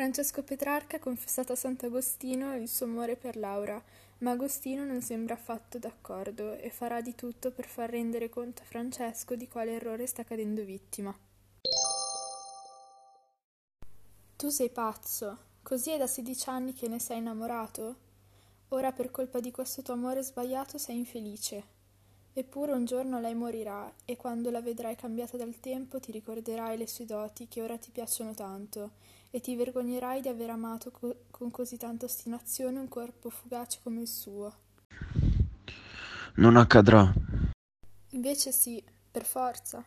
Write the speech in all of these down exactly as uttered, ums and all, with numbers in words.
Francesco Petrarca ha confessato a Sant'Agostino il suo amore per Laura, ma Agostino non sembra affatto d'accordo e farà di tutto per far rendere conto a Francesco di quale errore sta cadendo vittima. Tu sei pazzo, così è da sedici anni che ne sei innamorato? Ora per colpa di questo tuo amore sbagliato sei infelice. Eppure un giorno lei morirà e quando la vedrai cambiata dal tempo ti ricorderai le sue doti che ora ti piacciono tanto e ti vergognerai di aver amato co- con così tanta ostinazione un corpo fugace come il suo. Non accadrà. Invece sì, per forza.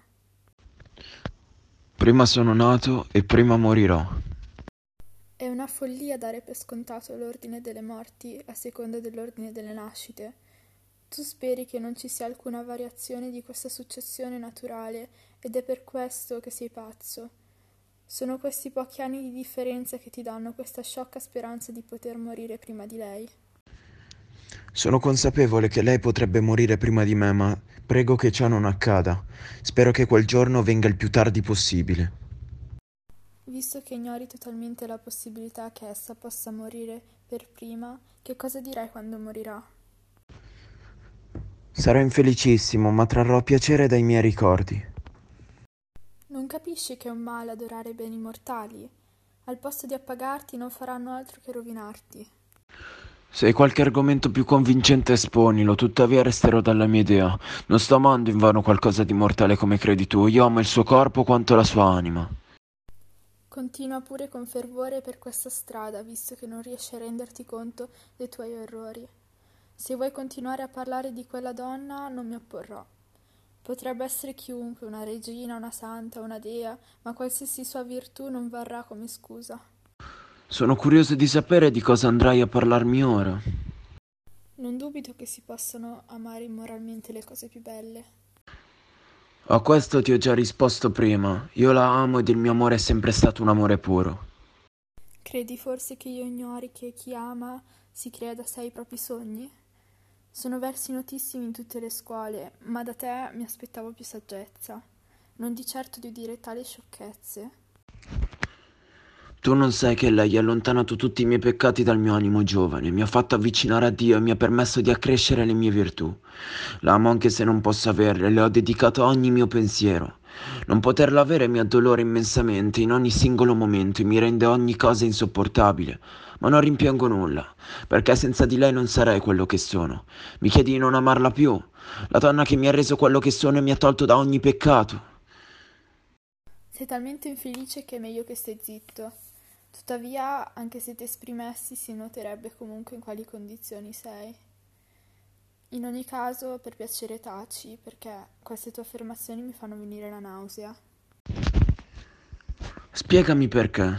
Prima sono nato e prima morirò. È una follia dare per scontato l'ordine delle morti a seconda dell'ordine delle nascite. Tu speri che non ci sia alcuna variazione di questa successione naturale ed è per questo che sei pazzo. Sono questi pochi anni di differenza che ti danno questa sciocca speranza di poter morire prima di lei. Sono consapevole che lei potrebbe morire prima di me, ma prego che ciò non accada. Spero che quel giorno venga il più tardi possibile. Visto che ignori totalmente la possibilità che essa possa morire per prima, che cosa dirai quando morirà? Sarò infelicissimo, ma trarrò piacere dai miei ricordi. Non capisci che è un male adorare i beni mortali? Al posto di appagarti non faranno altro che rovinarti. Se hai qualche argomento più convincente esponilo, tuttavia resterò dalla mia idea. Non sto amando invano qualcosa di mortale come credi tu, io amo il suo corpo quanto la sua anima. Continua pure con fervore per questa strada, visto che non riesci a renderti conto dei tuoi errori. Se vuoi continuare a parlare di quella donna, non mi opporrò. Potrebbe essere chiunque, una regina, una santa, una dea, ma qualsiasi sua virtù non varrà come scusa. Sono curioso di sapere di cosa andrai a parlarmi ora. Non dubito che si possano amare immoralmente le cose più belle. A questo ti ho già risposto prima. Io la amo ed il mio amore è sempre stato un amore puro. Credi forse che io ignori che chi ama si crea da sé i propri sogni? Sono versi notissimi in tutte le scuole, ma da te mi aspettavo più saggezza. Non di certo di udire tali sciocchezze. Tu non sai che lei ha allontanato tutti i miei peccati dal mio animo giovane, mi ha fatto avvicinare a Dio e mi ha permesso di accrescere le mie virtù. L'amo anche se non posso averle, le ho dedicato ogni mio pensiero. Non poterla avere mi addolora immensamente in ogni singolo momento e mi rende ogni cosa insopportabile. Ma non rimpiango nulla, perché senza di lei non sarei quello che sono. Mi chiedi di non amarla più, la donna che mi ha reso quello che sono e mi ha tolto da ogni peccato. Sei talmente infelice che è meglio che stai zitto. Tuttavia, anche se ti esprimessi, si noterebbe comunque in quali condizioni sei. In ogni caso, per piacere taci, perché queste tue affermazioni mi fanno venire la nausea. Spiegami perché.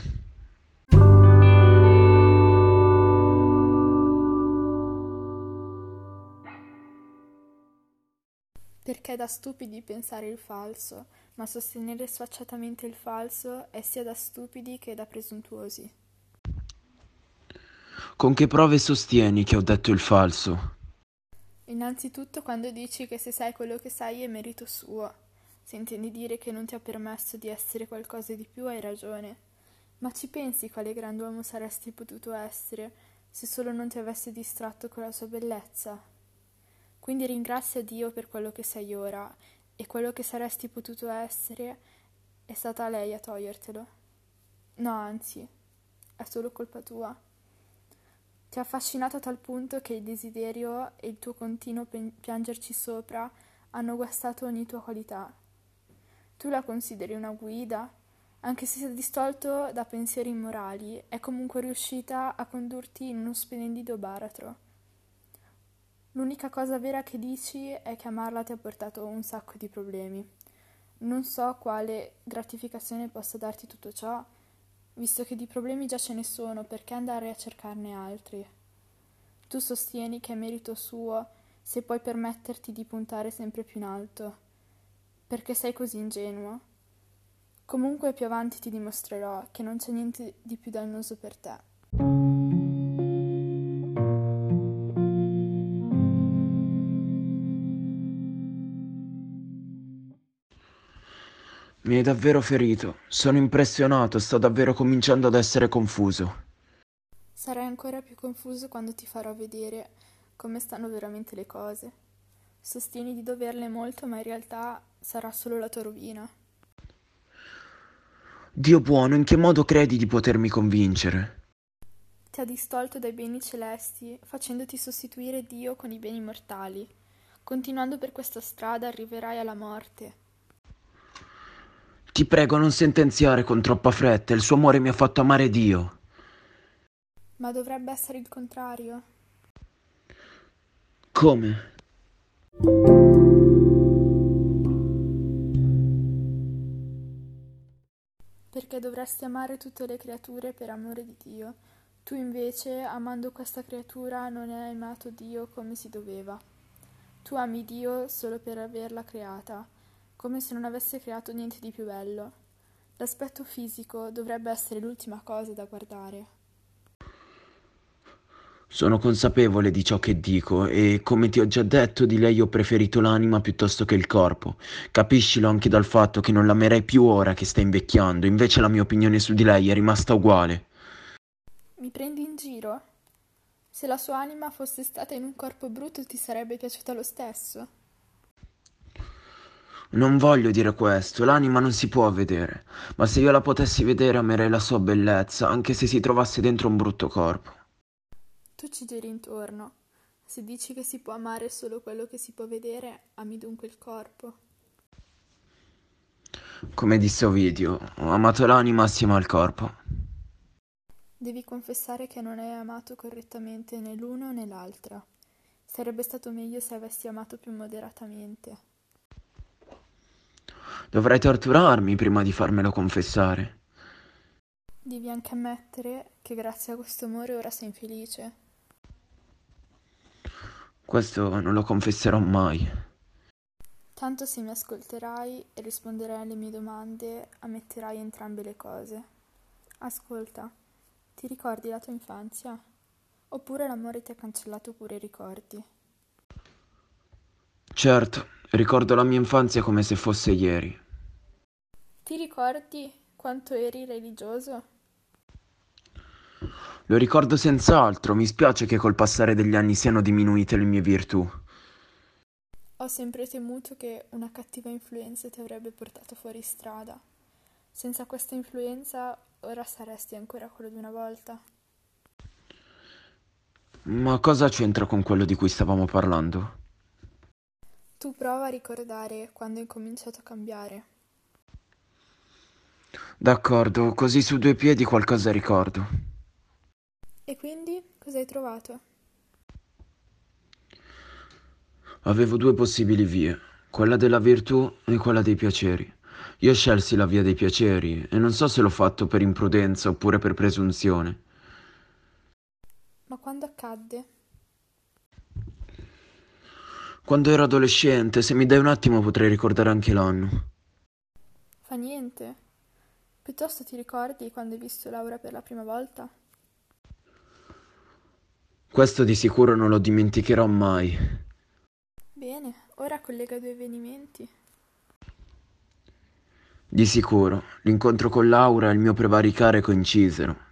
Perché è da stupidi pensare il falso, ma sostenere sfacciatamente il falso è sia da stupidi che da presuntuosi. Con che prove sostieni che ho detto il falso? Innanzitutto quando dici che se sai quello che sai è merito suo. Se intendi dire che non ti ha permesso di essere qualcosa di più, hai ragione. Ma ci pensi quale grand'uomo saresti potuto essere se solo non ti avesse distratto con la sua bellezza? Quindi ringrazia Dio per quello che sei ora e quello che saresti potuto essere è stata lei a togliertelo. No, anzi, è solo colpa tua. Ti ha affascinato a tal punto che il desiderio e il tuo continuo pen- piangerci sopra hanno guastato ogni tua qualità. Tu la consideri una guida? Anche se sei distolto da pensieri immorali, è comunque riuscita a condurti in uno splendido baratro. L'unica cosa vera che dici è che amarla ti ha portato un sacco di problemi. Non so quale gratificazione possa darti tutto ciò, visto che di problemi già ce ne sono, perché andare a cercarne altri? Tu sostieni che è merito suo se puoi permetterti di puntare sempre più in alto, perché sei così ingenuo. Comunque più avanti ti dimostrerò che non c'è niente di più dannoso per te. Mi hai davvero ferito. Sono impressionato, sto davvero cominciando ad essere confuso. Sarai ancora più confuso quando ti farò vedere come stanno veramente le cose. Sostieni di doverle molto, ma in realtà sarà solo la tua rovina. Dio buono, in che modo credi di potermi convincere? Ti ha distolto dai beni celesti, facendoti sostituire Dio con i beni mortali. Continuando per questa strada arriverai alla morte. Ti prego, non sentenziare con troppa fretta, il suo amore mi ha fatto amare Dio. Ma dovrebbe essere il contrario. Come? Perché dovresti amare tutte le creature per amore di Dio. Tu invece, amando questa creatura, non hai amato Dio come si doveva. Tu ami Dio solo per averla creata, come se non avesse creato niente di più bello. L'aspetto fisico dovrebbe essere l'ultima cosa da guardare. Sono consapevole di ciò che dico e, come ti ho già detto, di lei ho preferito l'anima piuttosto che il corpo. Capiscilo anche dal fatto che non l'amerei più ora che sta invecchiando, invece la mia opinione su di lei è rimasta uguale. Mi prendi in giro? Se la sua anima fosse stata in un corpo brutto ti sarebbe piaciuta lo stesso? Non voglio dire questo, l'anima non si può vedere, ma se io la potessi vedere amerei la sua bellezza, anche se si trovasse dentro un brutto corpo. Tu ci giri intorno. Se dici che si può amare solo quello che si può vedere, ami dunque il corpo. Come disse Ovidio, ho amato l'anima assieme al corpo. Devi confessare che non hai amato correttamente né l'uno né l'altra. Sarebbe stato meglio se avessi amato più moderatamente. Dovrai torturarmi prima di farmelo confessare. Devi anche ammettere che grazie a questo amore ora sei infelice. Questo non lo confesserò mai. Tanto se mi ascolterai e risponderai alle mie domande, ammetterai entrambe le cose. Ascolta, ti ricordi la tua infanzia? Oppure l'amore ti ha cancellato pure i ricordi? Certo, ricordo la mia infanzia come se fosse ieri. Ti ricordi quanto eri religioso? Lo ricordo senz'altro, mi spiace che col passare degli anni siano diminuite le mie virtù. Ho sempre temuto che una cattiva influenza ti avrebbe portato fuori strada. Senza questa influenza ora saresti ancora quello di una volta. Ma cosa c'entra con quello di cui stavamo parlando? Tu prova a ricordare quando hai cominciato a cambiare. D'accordo, così su due piedi qualcosa ricordo. E quindi cosa hai trovato? Avevo due possibili vie, quella della virtù e quella dei piaceri. Io scelsi la via dei piaceri e non so se l'ho fatto per imprudenza oppure per presunzione. Ma quando accadde? Quando ero adolescente, se mi dai un attimo potrei ricordare anche l'anno. Fa niente. Piuttosto ti ricordi quando hai visto Laura per la prima volta? Questo di sicuro non lo dimenticherò mai. Bene, ora collega i due avvenimenti. Di sicuro, l'incontro con Laura e il mio prevaricare coincisero.